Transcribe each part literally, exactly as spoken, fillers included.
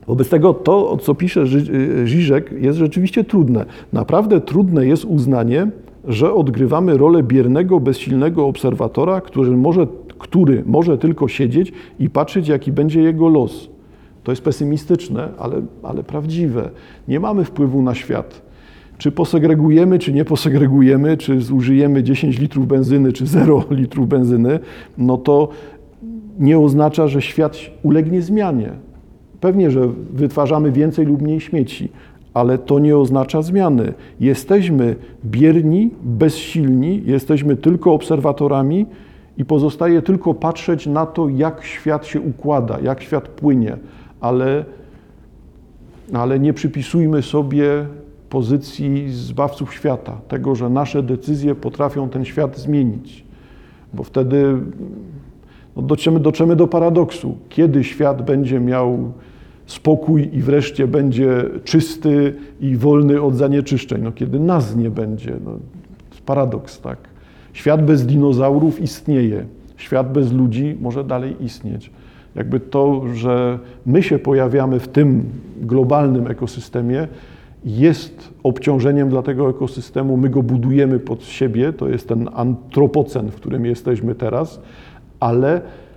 Wobec tego to, co pisze Žižek, jest rzeczywiście trudne. Naprawdę trudne jest uznanie, że odgrywamy rolę biernego, bezsilnego obserwatora, który może, który może tylko siedzieć i patrzeć, jaki będzie jego los. To jest pesymistyczne, ale, ale prawdziwe. Nie mamy wpływu na świat. Czy posegregujemy, czy nie posegregujemy, czy zużyjemy dziesięć litrów benzyny, czy zero litrów benzyny, no to nie oznacza, że świat ulegnie zmianie. Pewnie, że wytwarzamy więcej lub mniej śmieci, ale to nie oznacza zmiany. Jesteśmy bierni, bezsilni, jesteśmy tylko obserwatorami i pozostaje tylko patrzeć na to, jak świat się układa, jak świat płynie, ale, ale nie przypisujmy sobie pozycji zbawców świata, tego, że nasze decyzje potrafią ten świat zmienić, bo wtedy no, dotrzemy, dotrzemy do paradoksu. Kiedy świat będzie miał spokój i wreszcie będzie czysty i wolny od zanieczyszczeń? No, kiedy nas nie będzie. No, paradoks, tak? Świat bez dinozaurów istnieje. Świat bez ludzi może dalej istnieć. Jakby to, że my się pojawiamy w tym globalnym ekosystemie, jest obciążeniem dla tego ekosystemu. My go budujemy pod siebie. To jest ten antropocen, w którym jesteśmy teraz, ale,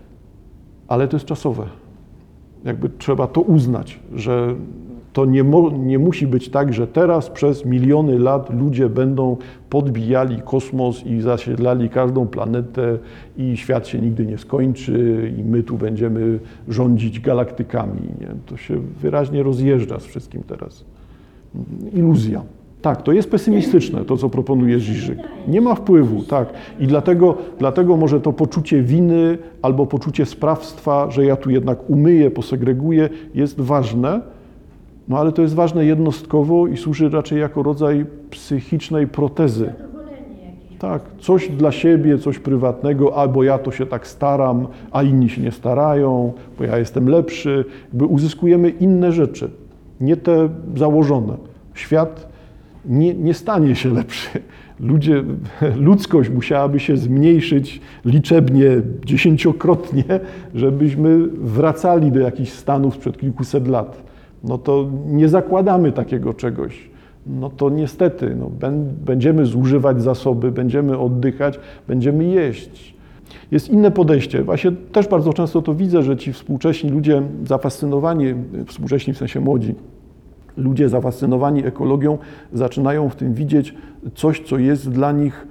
ale to jest czasowe. Jakby trzeba to uznać, że to nie, mo, nie musi być tak, że teraz przez miliony lat ludzie będą podbijali kosmos i zasiedlali każdą planetę i świat się nigdy nie skończy i my tu będziemy rządzić galaktykami. Nie? To się wyraźnie rozjeżdża z wszystkim teraz. Iluzja. Tak, to jest pesymistyczne, to co proponuje Žižek. Nie ma wpływu, tak. I dlatego, dlatego może to poczucie winy albo poczucie sprawstwa, że ja tu jednak umyję, posegreguję, jest ważne, no ale to jest ważne jednostkowo i służy raczej jako rodzaj psychicznej protezy. Tak, coś dla siebie, coś prywatnego, albo ja to się tak staram, a inni się nie starają, bo ja jestem lepszy. Jakby uzyskujemy inne rzeczy, nie te założone. Świat Nie, nie stanie się lepszy. Ludzie, ludzkość musiałaby się zmniejszyć liczebnie, dziesięciokrotnie, żebyśmy wracali do jakichś stanów sprzed kilkuset lat. No to nie zakładamy takiego czegoś. No to niestety, no, będziemy zużywać zasoby, będziemy oddychać, będziemy jeść. Jest inne podejście. Właśnie też bardzo często to widzę, że ci współcześni ludzie zafascynowani, współcześni w sensie młodzi, ludzie zafascynowani ekologią zaczynają w tym widzieć coś, co jest dla nich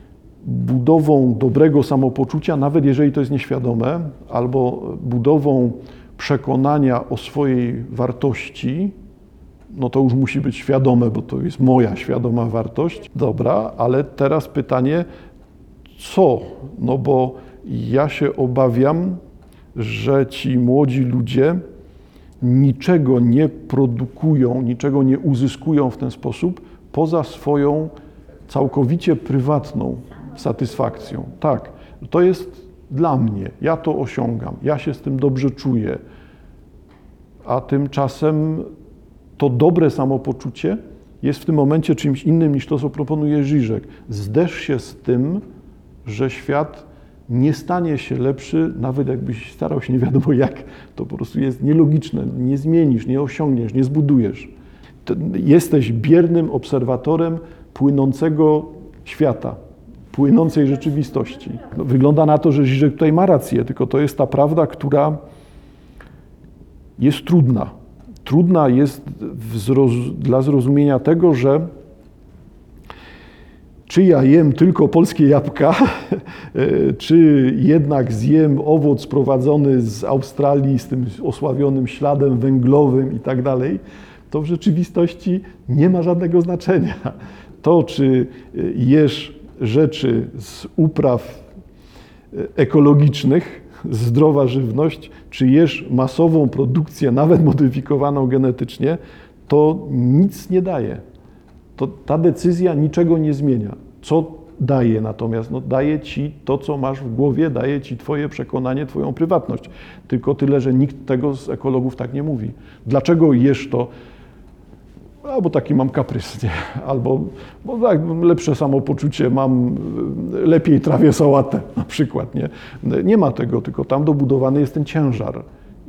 budową dobrego samopoczucia, nawet jeżeli to jest nieświadome, albo budową przekonania o swojej wartości. No to już musi być świadome, bo to jest moja świadoma wartość. Dobra, ale teraz pytanie, co? No bo ja się obawiam, że ci młodzi ludzie niczego nie produkują, niczego nie uzyskują w ten sposób poza swoją całkowicie prywatną satysfakcją. Tak, to jest dla mnie, ja to osiągam, ja się z tym dobrze czuję, a tymczasem to dobre samopoczucie jest w tym momencie czymś innym niż to, co proponuje Žižek. Zderz się z tym, że świat nie stanie się lepszy, nawet jakbyś starał się nie wiadomo jak, to po prostu jest nielogiczne, nie zmienisz, nie osiągniesz, nie zbudujesz. Jesteś biernym obserwatorem płynącego świata, płynącej rzeczywistości. No, wygląda na to, że Žižek tutaj ma rację, tylko to jest ta prawda, która jest trudna. Trudna jest zroz dla zrozumienia tego, że czy ja jem tylko polskie jabłka, czy jednak zjem owoc sprowadzony z Australii z tym osławionym śladem węglowym i tak dalej, to w rzeczywistości nie ma żadnego znaczenia. To, czy jesz rzeczy z upraw ekologicznych, zdrowa żywność, czy jesz masową produkcję, nawet modyfikowaną genetycznie, to nic nie daje. To ta decyzja niczego nie zmienia. Co daje natomiast? No, daje ci to, co masz w głowie, daje ci twoje przekonanie, twoją prywatność. Tylko tyle, że nikt tego z ekologów tak nie mówi. Dlaczego jesz to? Albo taki mam kaprys, nie? Albo bo tak, lepsze samopoczucie mam, lepiej trawię sałatę na przykład. Nie? Nie ma tego, tylko tam dobudowany jest ten ciężar.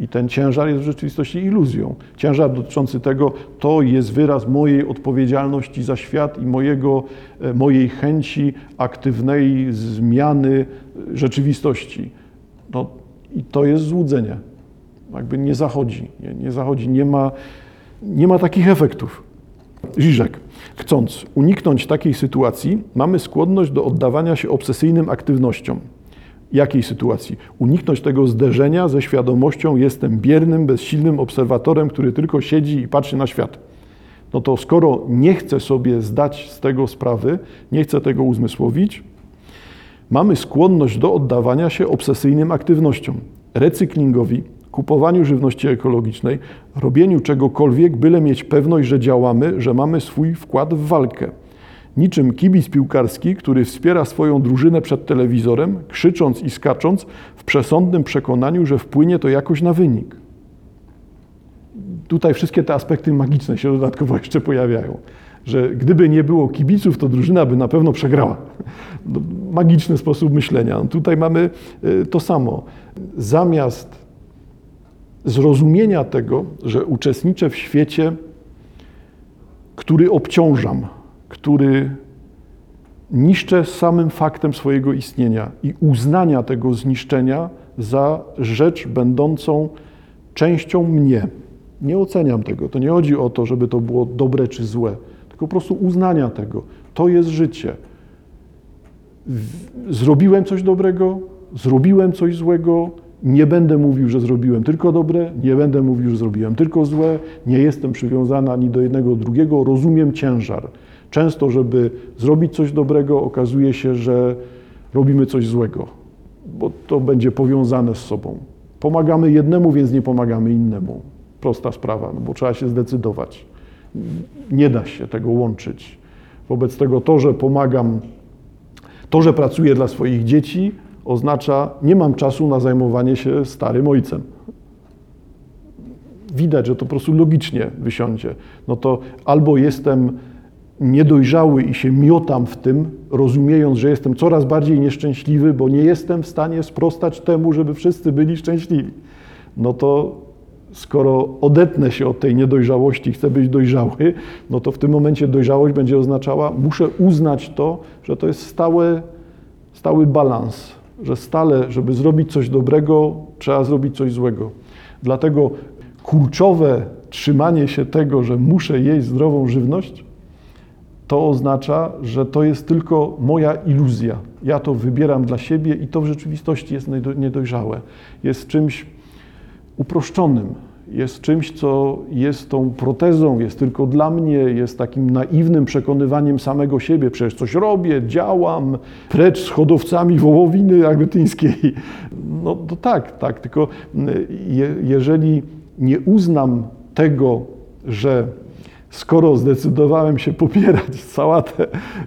I ten ciężar jest w rzeczywistości iluzją. Ciężar dotyczący tego, to jest wyraz mojej odpowiedzialności za świat i mojego, mojej chęci aktywnej zmiany rzeczywistości. No, i to jest złudzenie. Jakby nie zachodzi, nie, nie zachodzi, nie ma, nie ma takich efektów. Žižek. Chcąc uniknąć takiej sytuacji, mamy skłonność do oddawania się obsesyjnym aktywnościom. Jakiej sytuacji? Uniknąć tego zderzenia ze świadomością, jestem biernym, bezsilnym obserwatorem, który tylko siedzi i patrzy na świat. No to skoro nie chcę sobie zdać z tego sprawy, nie chcę tego uzmysłowić, mamy skłonność do oddawania się obsesyjnym aktywnościom, recyklingowi, kupowaniu żywności ekologicznej, robieniu czegokolwiek, byle mieć pewność, że działamy, że mamy swój wkład w walkę. Niczym kibic piłkarski, który wspiera swoją drużynę przed telewizorem, krzycząc i skacząc w przesądnym przekonaniu, że wpłynie to jakoś na wynik. Tutaj wszystkie te aspekty magiczne się dodatkowo jeszcze pojawiają. Że gdyby nie było kibiców, to drużyna by na pewno przegrała. Magiczny sposób myślenia. Tutaj mamy to samo. Zamiast zrozumienia tego, że uczestniczę w świecie, który obciążam, który niszczę samym faktem swojego istnienia i uznania tego zniszczenia za rzecz będącą częścią mnie. Nie oceniam tego. To nie chodzi o to, żeby to było dobre czy złe, tylko po prostu uznania tego. To jest życie. Zrobiłem coś dobrego, zrobiłem coś złego, nie będę mówił, że zrobiłem tylko dobre, nie będę mówił, że zrobiłem tylko złe, nie jestem przywiązany ani do jednego, drugiego, rozumiem ciężar. Często, żeby zrobić coś dobrego, okazuje się, że robimy coś złego, bo to będzie powiązane z sobą. Pomagamy jednemu, więc nie pomagamy innemu. Prosta sprawa, no bo trzeba się zdecydować. Nie da się tego łączyć. Wobec tego to, że pomagam, to, że pracuję dla swoich dzieci, oznacza, nie mam czasu na zajmowanie się starym ojcem. Widać, że to po prostu logicznie wysiądzie. No to albo jestem niedojrzały i się miotam w tym, rozumiejąc, że jestem coraz bardziej nieszczęśliwy, bo nie jestem w stanie sprostać temu, żeby wszyscy byli szczęśliwi. No to skoro odetnę się od tej niedojrzałości, chcę być dojrzały, no to w tym momencie dojrzałość będzie oznaczała, muszę uznać to, że to jest stały, stały balans, że stale, żeby zrobić coś dobrego, trzeba zrobić coś złego. Dlatego kurczowe trzymanie się tego, że muszę jeść zdrową żywność, to oznacza, że to jest tylko moja iluzja. Ja to wybieram dla siebie i to w rzeczywistości jest niedojrzałe. Jest czymś uproszczonym, jest czymś, co jest tą protezą, jest tylko dla mnie, jest takim naiwnym przekonywaniem samego siebie. Przecież coś robię, działam, precz z hodowcami wołowiny agrytyńskiej. No to tak, tak, tylko je, jeżeli nie uznam tego, że skoro zdecydowałem się popierać sałatę,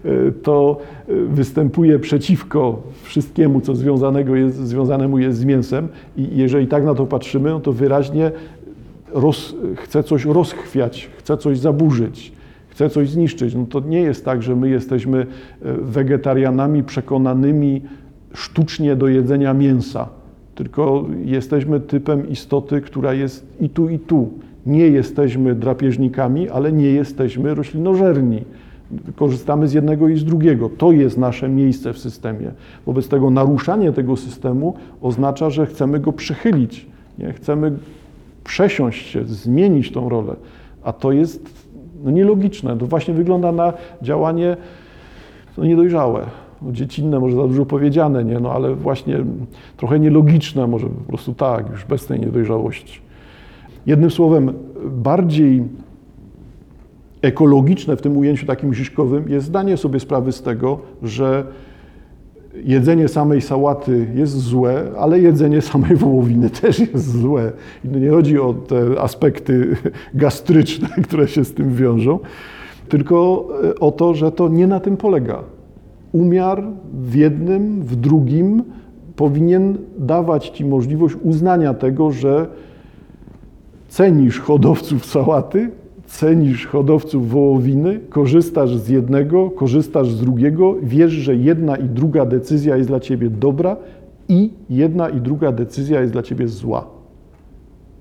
to występuję przeciwko wszystkiemu, co związanego jest, związanemu jest z mięsem i jeżeli tak na to patrzymy, no to wyraźnie roz, chcę coś rozchwiać, chcę coś zaburzyć, chcę coś zniszczyć. No to nie jest tak, że my jesteśmy wegetarianami przekonanymi sztucznie do jedzenia mięsa, tylko jesteśmy typem istoty, która jest i tu, i tu. Nie jesteśmy drapieżnikami, ale nie jesteśmy roślinożerni. Korzystamy z jednego i z drugiego. To jest nasze miejsce w systemie. Wobec tego naruszanie tego systemu oznacza, że chcemy go przychylić. Nie? Chcemy przesiąść się, zmienić tą rolę. A to jest no, nielogiczne. To właśnie wygląda na działanie no, niedojrzałe. No, dziecinne, może za dużo powiedziane, nie? No, ale właśnie trochę nielogiczne, może po prostu tak, już bez tej niedojrzałości. Jednym słowem, bardziej ekologiczne w tym ujęciu takim žižkovym jest zdanie sobie sprawy z tego, że jedzenie samej sałaty jest złe, ale jedzenie samej wołowiny też jest złe. I nie chodzi o te aspekty gastryczne, które się z tym wiążą, tylko o to, że to nie na tym polega. Umiar w jednym, w drugim powinien dawać ci możliwość uznania tego, że cenisz hodowców sałaty, cenisz hodowców wołowiny, korzystasz z jednego, korzystasz z drugiego, wiesz, że jedna i druga decyzja jest dla ciebie dobra i jedna i druga decyzja jest dla ciebie zła.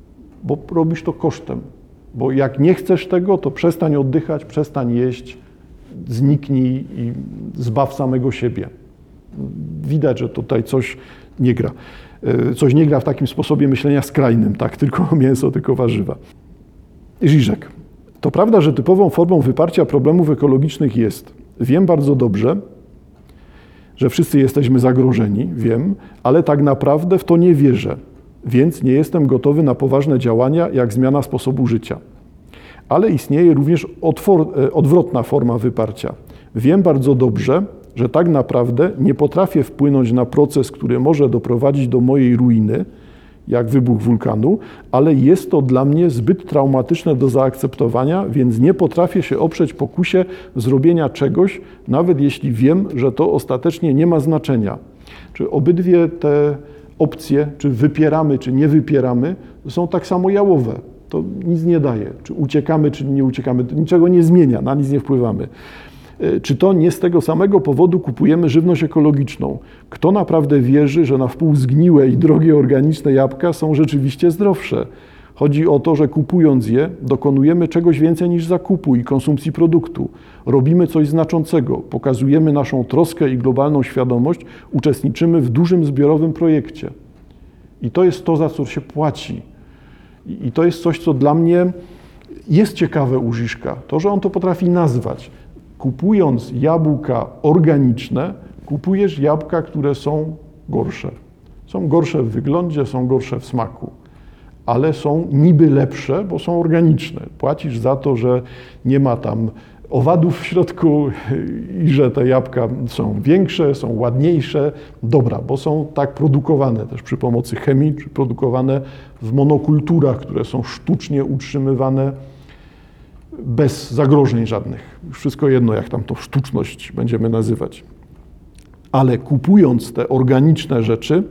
bo robisz to kosztem. Bo jak nie chcesz tego, to przestań oddychać, przestań jeść, zniknij i zbaw samego siebie. Widać, że tutaj coś nie gra. Coś nie gra w takim sposobie myślenia skrajnym, tak, tylko mięso, tylko warzywa. Žižek. To prawda, że typową formą wyparcia problemów ekologicznych jest, wiem bardzo dobrze, że wszyscy jesteśmy zagrożeni, wiem, ale tak naprawdę w to nie wierzę, więc nie jestem gotowy na poważne działania, jak zmiana sposobu życia. Ale istnieje również odwrotna forma wyparcia. Wiem bardzo dobrze, że tak naprawdę nie potrafię wpłynąć na proces, który może doprowadzić do mojej ruiny, jak wybuch wulkanu, ale jest to dla mnie zbyt traumatyczne do zaakceptowania, więc nie potrafię się oprzeć pokusie zrobienia czegoś, nawet jeśli wiem, że to ostatecznie nie ma znaczenia. Czy obydwie te opcje, czy wypieramy, czy nie wypieramy, są tak samo jałowe. To nic nie daje. Czy uciekamy, czy nie uciekamy, to niczego nie zmienia, na nic nie wpływamy. Czy to nie z tego samego powodu kupujemy żywność ekologiczną? Kto naprawdę wierzy, że na wpół zgniłe i drogie organiczne jabłka są rzeczywiście zdrowsze? Chodzi o to, że kupując je, dokonujemy czegoś więcej niż zakupu i konsumpcji produktu. Robimy coś znaczącego, pokazujemy naszą troskę i globalną świadomość, uczestniczymy w dużym zbiorowym projekcie. I to jest to, za co się płaci. I to jest coś, co dla mnie jest ciekawe u Žižka. To, że on to potrafi nazwać. Kupując jabłka organiczne, kupujesz jabłka, które są gorsze. Są gorsze w wyglądzie, są gorsze w smaku, ale są niby lepsze, bo są organiczne. Płacisz za to, że nie ma tam owadów w środku i że te jabłka są większe, są ładniejsze. Dobra, bo są tak produkowane też przy pomocy chemii, czy produkowane w monokulturach, które są sztucznie utrzymywane bez zagrożeń żadnych. Już wszystko jedno, jak tam to sztuczność będziemy nazywać. Ale kupując te organiczne rzeczy,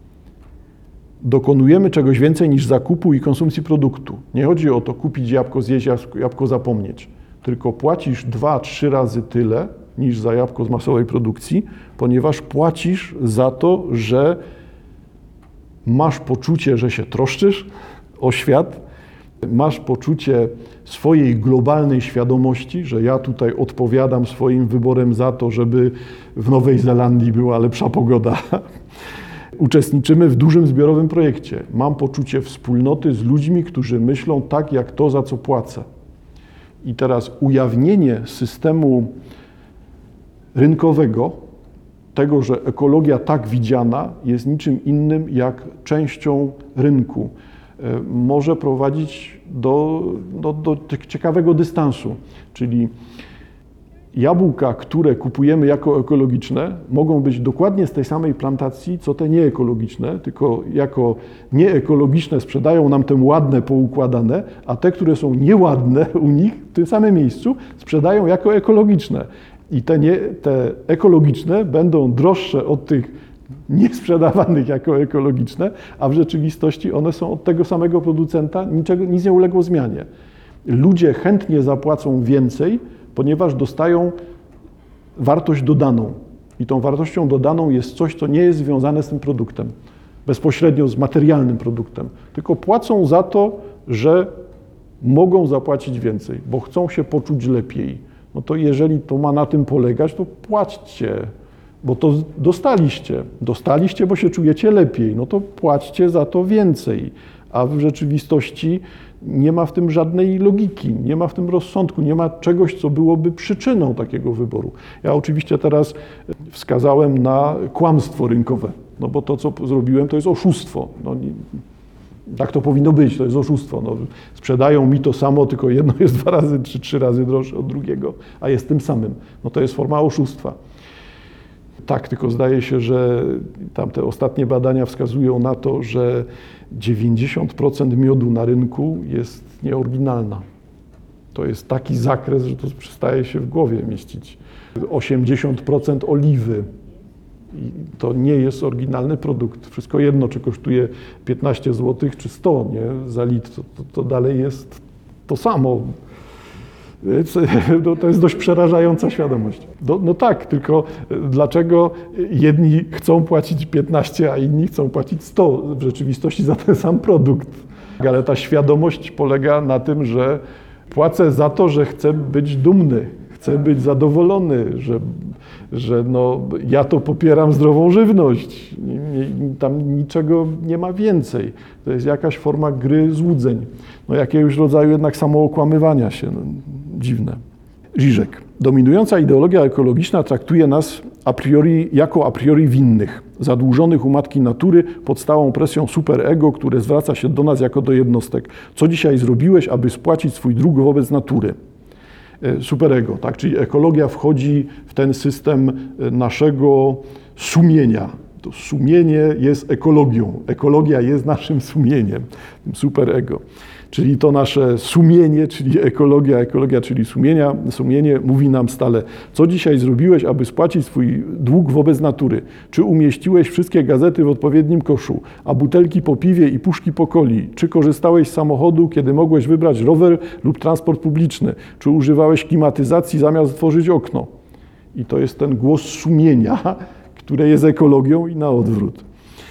dokonujemy czegoś więcej niż zakupu i konsumpcji produktu. Nie chodzi o to kupić jabłko, zjeść jabłko, zapomnieć. Tylko płacisz dwa, trzy razy tyle niż za jabłko z masowej produkcji, ponieważ płacisz za to, że masz poczucie, że się troszczysz o świat, masz poczucie swojej globalnej świadomości, że ja tutaj odpowiadam swoim wyborem za to, żeby w Nowej Zelandii była lepsza pogoda. Uczestniczymy w dużym zbiorowym projekcie. Mam poczucie wspólnoty z ludźmi, którzy myślą tak, jak to, za co płacę. I teraz ujawnienie systemu rynkowego, tego, że ekologia tak widziana jest niczym innym jak częścią rynku, może prowadzić do, do, do ciekawego dystansu. Czyli jabłka, które kupujemy jako ekologiczne, mogą być dokładnie z tej samej plantacji, co te nieekologiczne, tylko jako nieekologiczne sprzedają nam te ładne, poukładane, a te, które są nieładne u nich w tym samym miejscu, sprzedają jako ekologiczne. I te, nie, te ekologiczne będą droższe od tych niesprzedawanych jako ekologiczne, a w rzeczywistości one są od tego samego producenta, niczego, nic nie uległo zmianie. Ludzie chętnie zapłacą więcej, ponieważ dostają wartość dodaną. I tą wartością dodaną jest coś, co nie jest związane z tym produktem, bezpośrednio z materialnym produktem, tylko płacą za to, że mogą zapłacić więcej, bo chcą się poczuć lepiej. No to jeżeli to ma na tym polegać, to płaćcie, bo to dostaliście. Dostaliście, bo się czujecie lepiej, no to płaćcie za to więcej. A w rzeczywistości nie ma w tym żadnej logiki, nie ma w tym rozsądku, nie ma czegoś, co byłoby przyczyną takiego wyboru. Ja oczywiście teraz wskazałem na kłamstwo rynkowe, no bo to, co zrobiłem, to jest oszustwo. No, nie, tak to powinno być, to jest oszustwo. No, sprzedają mi to samo, tylko jedno jest dwa razy czy trzy razy droższe od drugiego, a jest tym samym. No to jest forma oszustwa. Tak, tylko zdaje się, że tamte ostatnie badania wskazują na to, że dziewięćdziesiąt procent miodu na rynku jest nieoryginalna. To jest taki zakres, że to przestaje się w głowie mieścić. osiemdziesiąt procent oliwy. I to nie jest oryginalny produkt. Wszystko jedno, czy kosztuje piętnaście złotych, czy sto, nie? Za litr, to, to, to dalej jest to samo. No, to jest dość przerażająca świadomość. No, no tak, tylko dlaczego jedni chcą płacić piętnaście, a inni chcą płacić sto w rzeczywistości za ten sam produkt? Ale ta świadomość polega na tym, że płacę za to, że chcę być dumny, chcę być zadowolony, że, że no, ja to popieram zdrową żywność. Nie, tam niczego nie ma więcej. To jest jakaś forma gry złudzeń. No, jakiegoś rodzaju jednak samookłamywania się. No, dziwne. Žižek. Dominująca ideologia ekologiczna traktuje nas a priori, jako a priori winnych, zadłużonych u matki natury pod stałą presją superego, które zwraca się do nas jako do jednostek. Co dzisiaj zrobiłeś, aby spłacić swój dług wobec natury? Superego, tak? Czyli ekologia wchodzi w ten system naszego sumienia. To sumienie jest ekologią. Ekologia jest naszym sumieniem, tym superego. Czyli to nasze sumienie, czyli ekologia, ekologia, czyli sumienia, sumienie mówi nam stale, co dzisiaj zrobiłeś, aby spłacić swój dług wobec natury? Czy umieściłeś wszystkie gazety w odpowiednim koszu, a butelki po piwie i puszki po coli? Czy korzystałeś z samochodu, kiedy mogłeś wybrać rower lub transport publiczny? Czy używałeś klimatyzacji zamiast otworzyć okno? I to jest ten głos sumienia, które jest ekologią i na odwrót.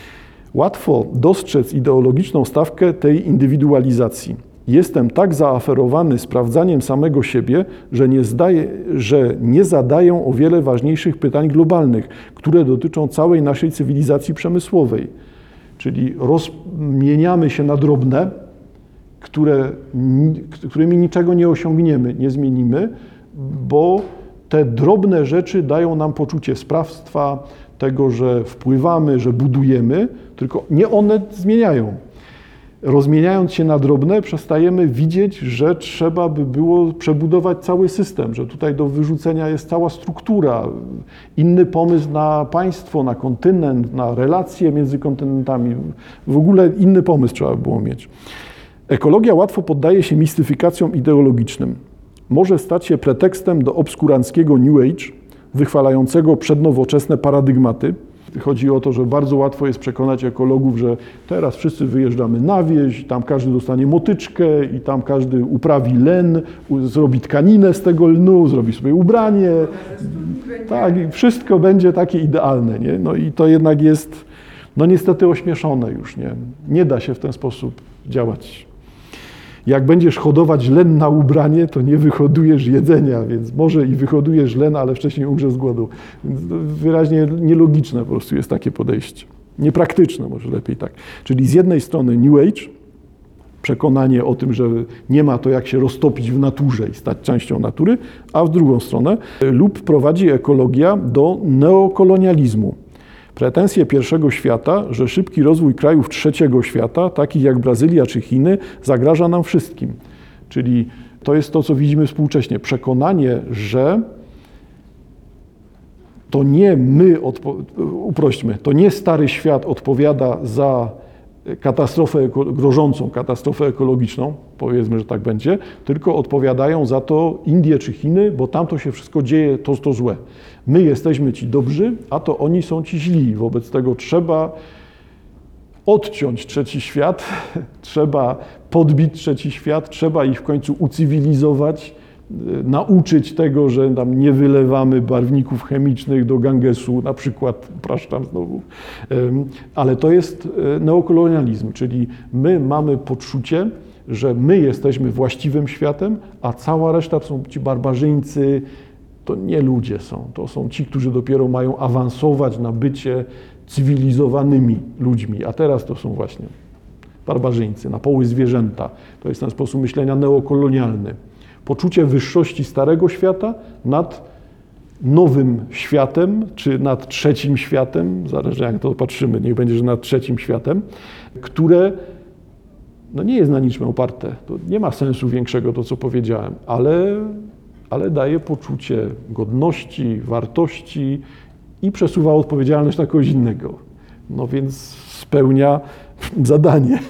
Łatwo dostrzec ideologiczną stawkę tej indywidualizacji. Jestem tak zaaferowany sprawdzaniem samego siebie, że nie, zdaję, że nie zadaję o wiele ważniejszych pytań globalnych, które dotyczą całej naszej cywilizacji przemysłowej. Czyli rozmieniamy się na drobne, które, którymi niczego nie osiągniemy, nie zmienimy, bo te drobne rzeczy dają nam poczucie sprawstwa, tego, że wpływamy, że budujemy, tylko nie one zmieniają. Rozmieniając się na drobne, przestajemy widzieć, że trzeba by było przebudować cały system, że tutaj do wyrzucenia jest cała struktura, inny pomysł na państwo, na kontynent, na relacje między kontynentami. W ogóle inny pomysł trzeba by było mieć. Ekologia łatwo poddaje się mistyfikacjom ideologicznym. Może stać się pretekstem do obskuranckiego New Age, wychwalającego przednowoczesne paradygmaty. Chodzi o to, że bardzo łatwo jest przekonać ekologów, że teraz wszyscy wyjeżdżamy na wieś, tam każdy dostanie motyczkę i tam każdy uprawi len, zrobi tkaninę z tego lnu, zrobi sobie ubranie. Tak, i wszystko będzie takie idealne, nie? No i to jednak jest, no niestety ośmieszone już, nie? Nie da się w ten sposób działać. Jak będziesz hodować len na ubranie, to nie wyhodujesz jedzenia, więc może i wyhodujesz len, ale wcześniej umrzesz z głodu. Więc wyraźnie nielogiczne po prostu jest takie podejście. Niepraktyczne, może lepiej tak. Czyli z jednej strony New Age, przekonanie o tym, że nie ma to jak się roztopić w naturze i stać częścią natury, a w drugą stronę lub prowadzi ekologia do neokolonializmu. Pretensje pierwszego świata, że szybki rozwój krajów trzeciego świata, takich jak Brazylia czy Chiny, zagraża nam wszystkim. Czyli to jest to, co widzimy współcześnie. Przekonanie, że to nie my, uprośćmy, to nie stary świat odpowiada za katastrofę, grożącą katastrofę ekologiczną, powiedzmy, że tak będzie, tylko odpowiadają za to Indie czy Chiny, bo tam to się wszystko dzieje, to to złe. My jesteśmy ci dobrzy, a to oni są ci źli. Wobec tego trzeba odciąć trzeci świat, trzeba podbić trzeci świat, trzeba ich w końcu ucywilizować, nauczyć tego, że tam nie wylewamy barwników chemicznych do Gangesu, na przykład, upraszczam znowu, ale to jest neokolonializm, czyli my mamy poczucie, że my jesteśmy właściwym światem, a cała reszta to są ci barbarzyńcy, to nie ludzie są, to są ci, którzy dopiero mają awansować na bycie cywilizowanymi ludźmi, a teraz to są właśnie barbarzyńcy, na poły zwierzęta. To jest ten sposób myślenia neokolonialny. Poczucie wyższości starego świata nad nowym światem, czy nad trzecim światem, zależy jak to patrzymy, niech będzie, że nad trzecim światem, które no nie jest na niczym oparte. To nie ma sensu większego to, co powiedziałem, ale, ale daje poczucie godności, wartości i przesuwa odpowiedzialność na kogoś innego. No więc spełnia zadanie.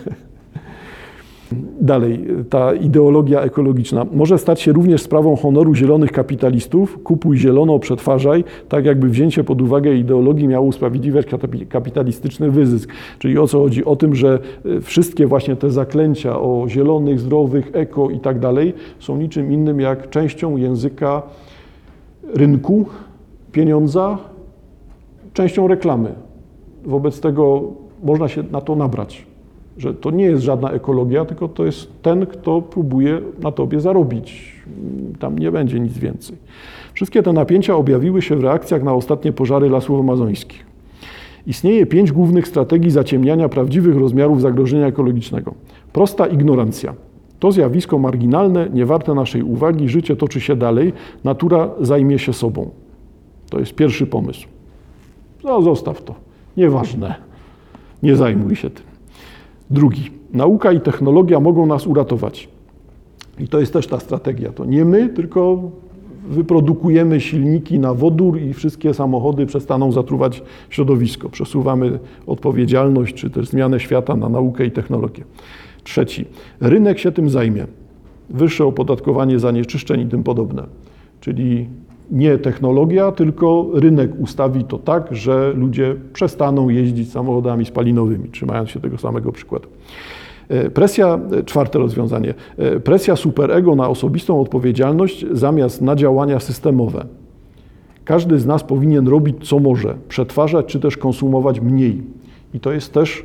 Dalej, ta ideologia ekologiczna może stać się również sprawą honoru zielonych kapitalistów. Kupuj zielono, przetwarzaj, tak jakby wzięcie pod uwagę ideologii miało usprawiedliwiać kapitalistyczny wyzysk. Czyli o co chodzi? O tym, że wszystkie właśnie te zaklęcia o zielonych, zdrowych, eko i tak dalej są niczym innym jak częścią języka rynku, pieniądza, częścią reklamy. Wobec tego można się na to nabrać. że to nie jest żadna ekologia, tylko to jest ten, kto próbuje na tobie zarobić. Tam nie będzie nic więcej. Wszystkie te napięcia objawiły się w reakcjach na ostatnie pożary lasów amazońskich. Istnieje pięć głównych strategii zaciemniania prawdziwych rozmiarów zagrożenia ekologicznego. Prosta ignorancja. To zjawisko marginalne, niewarte naszej uwagi, życie toczy się dalej, natura zajmie się sobą. To jest pierwszy pomysł. No, zostaw to. Nieważne. Nie zajmuj się tym. Drugi. Nauka i technologia mogą nas uratować. I to jest też ta strategia. To nie my, tylko wyprodukujemy silniki na wodór i wszystkie samochody przestaną zatruwać środowisko. Przesuwamy odpowiedzialność czy też zmianę świata na naukę i technologię. Trzeci. Rynek się tym zajmie. Wyższe opodatkowanie zanieczyszczeń i tym podobne. Czyli nie technologia, tylko rynek ustawi to tak, że ludzie przestaną jeździć samochodami spalinowymi, trzymając się tego samego przykładu. Presja, czwarte rozwiązanie, presja superego na osobistą odpowiedzialność zamiast na działania systemowe. Każdy z nas powinien robić co może, przetwarzać czy też konsumować mniej. I to jest też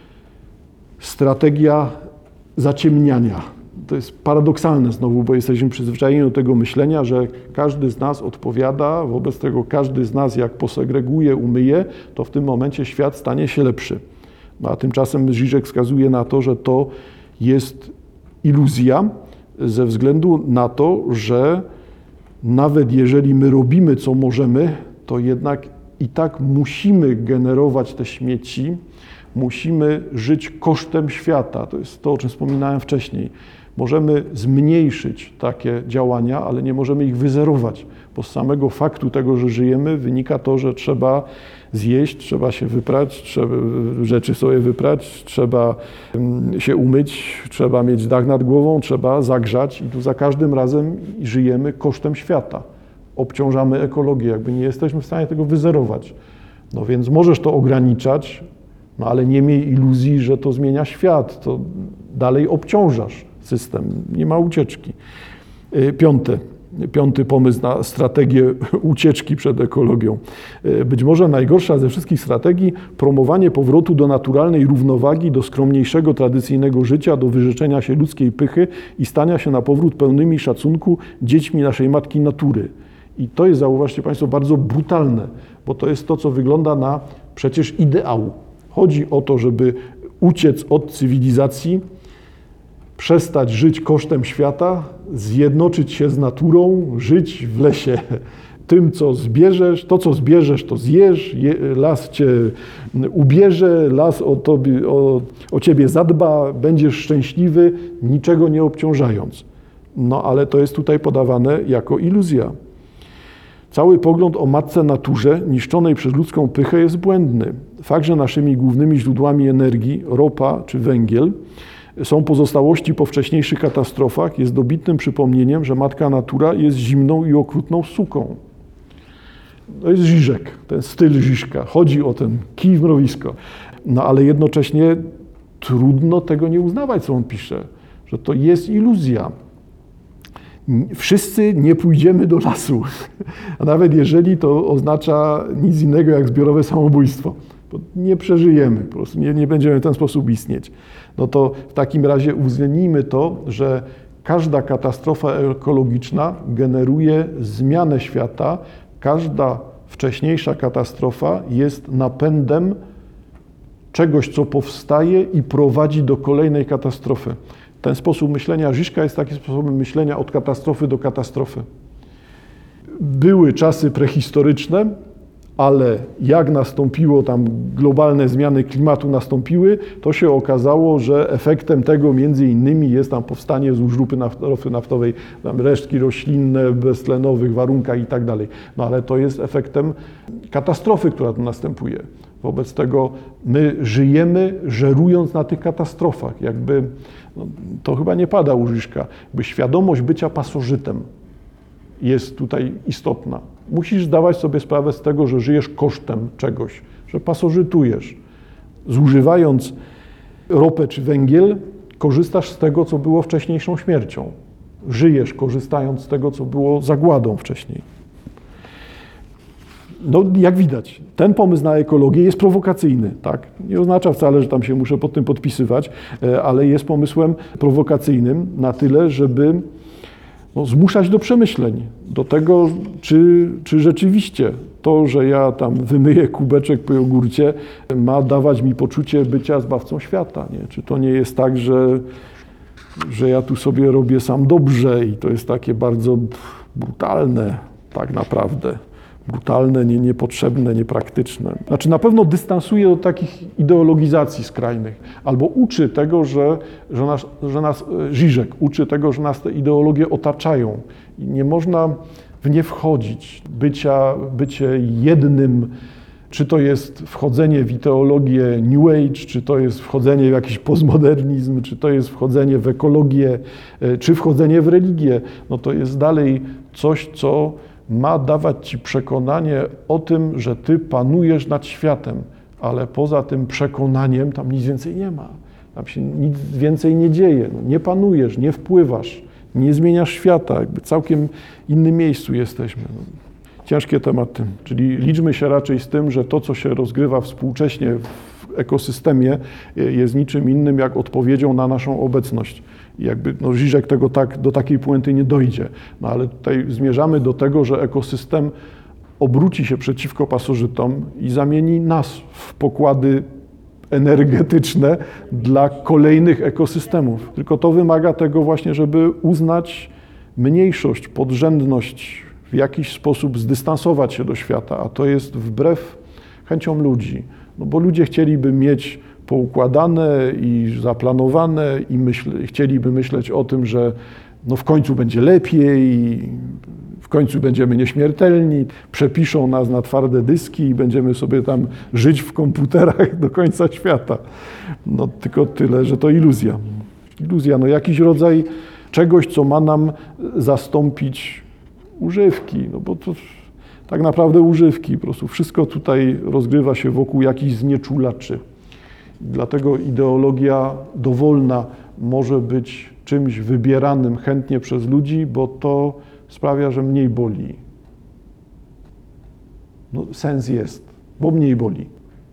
strategia zaciemniania. To jest paradoksalne znowu, bo jesteśmy przyzwyczajeni do tego myślenia, że każdy z nas odpowiada, wobec tego każdy z nas jak posegreguje, umyje, to w tym momencie świat stanie się lepszy. No, a tymczasem Žižek wskazuje na to, że to jest iluzja ze względu na to, że nawet jeżeli my robimy co możemy, to jednak i tak musimy generować te śmieci, musimy żyć kosztem świata. To jest to, o czym wspominałem wcześniej. Możemy zmniejszyć takie działania, ale nie możemy ich wyzerować, bo z samego faktu tego, że żyjemy, wynika to, że trzeba zjeść, trzeba się wyprać, trzeba rzeczy sobie wyprać, trzeba się umyć, trzeba mieć dach nad głową, trzeba zagrzać i tu za każdym razem żyjemy kosztem świata. Obciążamy ekologię, jakby nie jesteśmy w stanie tego wyzerować. No więc możesz to ograniczać, no ale nie miej iluzji, że to zmienia świat, to dalej obciążasz system, nie ma ucieczki. Piąte. Piąty pomysł na strategię ucieczki przed ekologią. Być może najgorsza ze wszystkich strategii promowanie powrotu do naturalnej równowagi, do skromniejszego, tradycyjnego życia, do wyrzeczenia się ludzkiej pychy i stania się na powrót pełnymi szacunku dziećmi naszej matki natury. I to jest, zauważcie Państwo, bardzo brutalne, bo to jest to, co wygląda na przecież ideał. Chodzi o to, żeby uciec od cywilizacji, przestać żyć kosztem świata, zjednoczyć się z naturą, żyć w lesie. Tym, co zbierzesz, to, co zbierzesz, to zjesz, je, las cię ubierze, las o, tobie, o, o ciebie zadba, będziesz szczęśliwy, niczego nie obciążając. No ale to jest tutaj podawane jako iluzja. Cały pogląd o matce naturze, niszczonej przez ludzką pychę, jest błędny. Fakt, że naszymi głównymi źródłami energii, ropa czy węgiel, są pozostałości po wcześniejszych katastrofach, jest dobitnym przypomnieniem, że matka natura jest zimną i okrutną suką. To jest Žižek, ten styl Žižka. Chodzi o ten kij w mrowisko. No ale jednocześnie trudno tego nie uznawać, co on pisze, że to jest iluzja. Wszyscy nie pójdziemy do lasu, a nawet jeżeli to oznacza nic innego jak zbiorowe samobójstwo, bo nie przeżyjemy, po prostu nie, nie będziemy w ten sposób istnieć. No to w takim razie uwzględnijmy to, że każda katastrofa ekologiczna generuje zmianę świata, każda wcześniejsza katastrofa jest napędem czegoś, co powstaje i prowadzi do kolejnej katastrofy. Ten sposób myślenia Žižka jest takim sposobem myślenia od katastrofy do katastrofy. Były czasy prehistoryczne, ale jak nastąpiło tam globalne zmiany klimatu nastąpiły, to się okazało, że efektem tego między innymi jest tam powstanie złóż ropy naftowej, tam resztki roślinne, beztlenowych warunkach i tak dalej. No ale to jest efektem katastrofy, która tu następuje. Wobec tego my żyjemy, żerując na tych katastrofach. Jakby, no, to chyba nie pada u Žižka, jakby świadomość bycia pasożytem jest tutaj istotna. Musisz zdawać sobie sprawę z tego, że żyjesz kosztem czegoś, że pasożytujesz. Zużywając ropę czy węgiel, korzystasz z tego, co było wcześniejszą śmiercią. Żyjesz korzystając z tego, co było zagładą wcześniej. No, jak widać, ten pomysł na ekologię jest prowokacyjny, tak? Nie oznacza wcale, że tam się muszę pod tym podpisywać, ale jest pomysłem prowokacyjnym na tyle, żeby no, zmuszać do przemyśleń, do tego, czy, czy rzeczywiście to, że ja tam wymyję kubeczek po jogurcie, ma dawać mi poczucie bycia zbawcą świata, nie? Czy to nie jest tak, że, że ja tu sobie robię sam dobrze i to jest takie bardzo brutalne tak naprawdę. Brutalne, nie, niepotrzebne, niepraktyczne. Znaczy na pewno dystansuje do takich ideologizacji skrajnych, albo uczy tego, że, że, nas, że nas, Žižek uczy tego, że nas te ideologie otaczają i nie można w nie wchodzić. Bycia, bycie jednym, czy to jest wchodzenie w ideologię New Age, czy to jest wchodzenie w jakiś postmodernizm, czy to jest wchodzenie w ekologię, czy wchodzenie w religię, no to jest dalej coś, co ma dawać ci przekonanie o tym, że ty panujesz nad światem, ale poza tym przekonaniem tam nic więcej nie ma. Tam się nic więcej nie dzieje. No, nie panujesz, nie wpływasz, nie zmieniasz świata. Jakby w całkiem innym miejscu jesteśmy. No, ciężkie tematy. Czyli liczmy się raczej z tym, że to, co się rozgrywa współcześnie w ekosystemie, jest niczym innym jak odpowiedzią na naszą obecność. I jakby no, Žižek tego tak, do takiej puenty nie dojdzie. No ale tutaj zmierzamy do tego, że ekosystem obróci się przeciwko pasożytom i zamieni nas w pokłady energetyczne dla kolejnych ekosystemów. Tylko to wymaga tego właśnie, żeby uznać mniejszość, podrzędność, w jakiś sposób zdystansować się do świata, a to jest wbrew chęciom ludzi. No bo ludzie chcieliby mieć poukładane i zaplanowane i myśl, chcieliby myśleć o tym, że no w końcu będzie lepiej, w końcu będziemy nieśmiertelni, przepiszą nas na twarde dyski i będziemy sobie tam żyć w komputerach do końca świata. No tylko tyle, że to iluzja. Iluzja, no jakiś rodzaj czegoś, co ma nam zastąpić używki, no bo to tak naprawdę używki, po prostu wszystko tutaj rozgrywa się wokół jakichś znieczulaczy. Dlatego ideologia dowolna może być czymś wybieranym chętnie przez ludzi, bo to sprawia, że mniej boli. No, sens jest, bo mniej boli.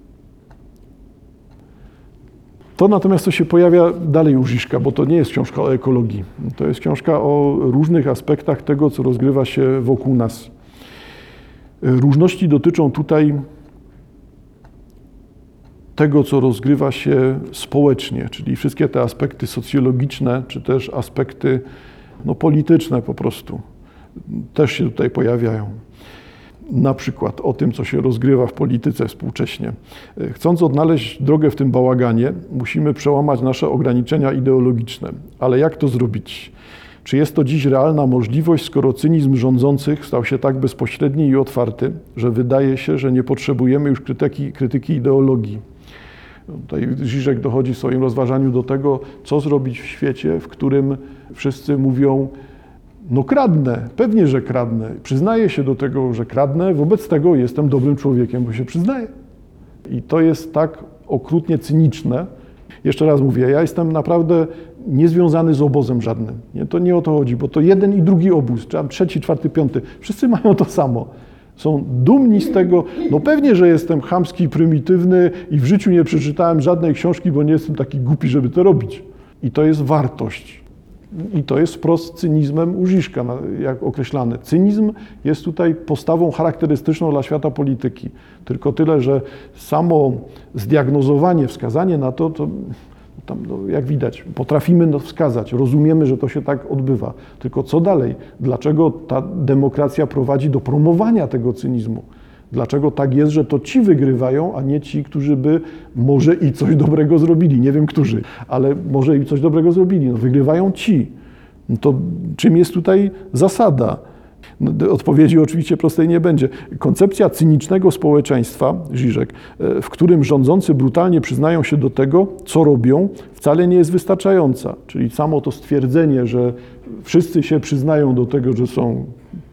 To natomiast, co się pojawia dalej u Žižka, bo to nie jest książka o ekologii. To jest książka o różnych aspektach tego, co rozgrywa się wokół nas. Różności dotyczą tutaj tego, co rozgrywa się społecznie, czyli wszystkie te aspekty socjologiczne, czy też aspekty no, polityczne po prostu, też się tutaj pojawiają. Na przykład o tym, co się rozgrywa w polityce współcześnie. Chcąc odnaleźć drogę w tym bałaganie, musimy przełamać nasze ograniczenia ideologiczne. Ale jak to zrobić? Czy jest to dziś realna możliwość, skoro cynizm rządzących stał się tak bezpośredni i otwarty, że wydaje się, że nie potrzebujemy już krytyki, krytyki ideologii? Tutaj Žižek dochodzi w swoim rozważaniu do tego, co zrobić w świecie, w którym wszyscy mówią, no kradnę, pewnie, że kradnę. Przyznaję się do tego, że kradnę, wobec tego jestem dobrym człowiekiem, bo się przyznaję. I to jest tak okrutnie cyniczne. Jeszcze raz mówię, ja jestem naprawdę niezwiązany z obozem żadnym. Nie, to nie o to chodzi, bo to jeden i drugi obóz, czy tam trzeci, czwarty, piąty, wszyscy mają to samo. Są dumni z tego, no pewnie, że jestem chamski, prymitywny i w życiu nie przeczytałem żadnej książki, bo nie jestem taki głupi, żeby to robić. I to jest wartość. I to jest wprost cynizmem u Žižka, jak określane. Cynizm jest tutaj postawą charakterystyczną dla świata polityki. Tylko tyle, że samo zdiagnozowanie, wskazanie na to, to tam, no, jak widać, potrafimy to wskazać, rozumiemy, że to się tak odbywa. Tylko co dalej? Dlaczego ta demokracja prowadzi do promowania tego cynizmu? Dlaczego tak jest, że to ci wygrywają, a nie ci, którzy by może i coś dobrego zrobili? Nie wiem, którzy, ale może i coś dobrego zrobili. No, wygrywają ci. No to czym jest tutaj zasada? No, odpowiedzi oczywiście prostej nie będzie. Koncepcja cynicznego społeczeństwa, Žižek, w którym rządzący brutalnie przyznają się do tego, co robią, wcale nie jest wystarczająca. Czyli samo to stwierdzenie, że wszyscy się przyznają do tego, że są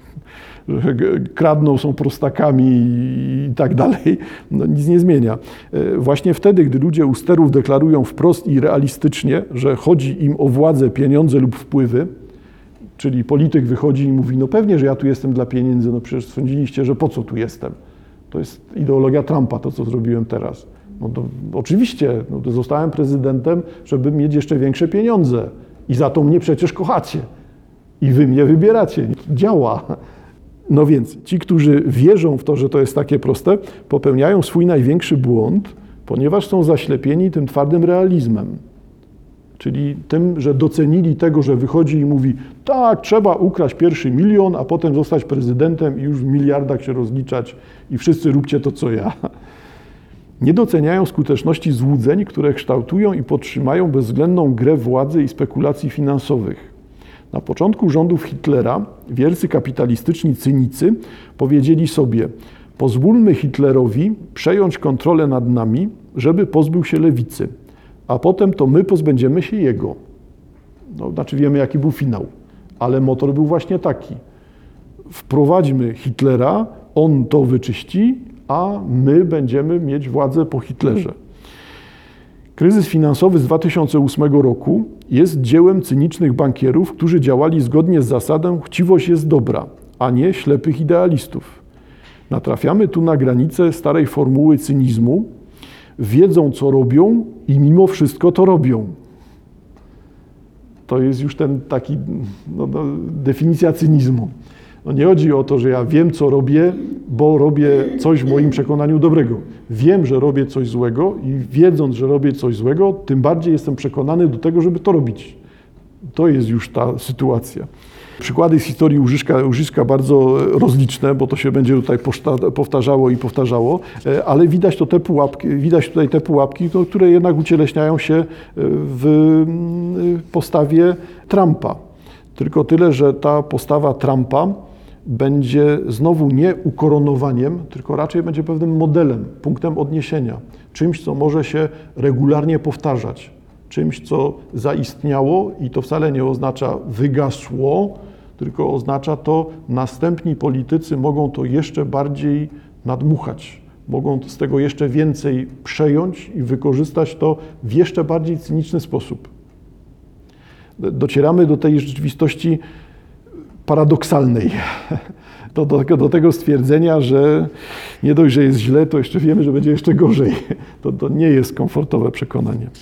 że kradną, są prostakami i tak dalej, no nic nie zmienia. Właśnie wtedy, gdy ludzie u sterów deklarują wprost i realistycznie, że chodzi im o władzę, pieniądze lub wpływy, czyli polityk wychodzi i mówi, no pewnie, że ja tu jestem dla pieniędzy, no przecież sądziliście, że po co tu jestem? To jest ideologia Trumpa, to co zrobiłem teraz. No to oczywiście, no to zostałem prezydentem, żeby mieć jeszcze większe pieniądze i za to mnie przecież kochacie i wy mnie wybieracie. Działa. No więc ci, którzy wierzą w to, że to jest takie proste, popełniają swój największy błąd, ponieważ są zaślepieni tym twardym realizmem. Czyli tym, że docenili tego, że wychodzi i mówi, tak, trzeba ukraść pierwszy milion, a potem zostać prezydentem i już w miliardach się rozliczać i wszyscy róbcie to, co ja. Nie doceniają skuteczności złudzeń, które kształtują i podtrzymają bezwzględną grę władzy i spekulacji finansowych. Na początku rządów Hitlera wielcy kapitalistyczni cynicy powiedzieli sobie, pozwólmy Hitlerowi przejąć kontrolę nad nami, żeby pozbył się lewicy, a potem to my pozbędziemy się jego. No, znaczy wiemy, jaki był finał, ale motor był właśnie taki. Wprowadźmy Hitlera, on to wyczyści, a my będziemy mieć władzę po Hitlerze. Kryzys finansowy z dwa tysiące ósmego roku jest dziełem cynicznych bankierów, którzy działali zgodnie z zasadą chciwość jest dobra, a nie ślepych idealistów. Natrafiamy tu na granicę starej formuły cynizmu. Wiedzą, co robią i mimo wszystko to robią. To jest już ten taki, no, no, definicja cynizmu. No nie chodzi o to, że ja wiem, co robię, bo robię coś w moim przekonaniu dobrego. Wiem, że robię coś złego i wiedząc, że robię coś złego, tym bardziej jestem przekonany do tego, żeby to robić. To jest już ta sytuacja. Przykłady z historii Łużyszka, Łużyszka bardzo rozliczne, bo to się będzie tutaj powtarzało i powtarzało, ale widać to te pułapki, widać tutaj te pułapki, no, które jednak ucieleśniają się w postawie Trumpa. Tylko tyle, że ta postawa Trumpa będzie znowu nie ukoronowaniem, tylko raczej będzie pewnym modelem, punktem odniesienia, czymś, co może się regularnie powtarzać, czymś, co zaistniało i to wcale nie oznacza wygasło, tylko oznacza to, następni politycy mogą to jeszcze bardziej nadmuchać, mogą z tego jeszcze więcej przejąć i wykorzystać to w jeszcze bardziej cyniczny sposób. Docieramy do tej rzeczywistości paradoksalnej, do, do, do tego stwierdzenia, że nie dość, że jest źle, to jeszcze wiemy, że będzie jeszcze gorzej. To, to nie jest komfortowe przekonanie.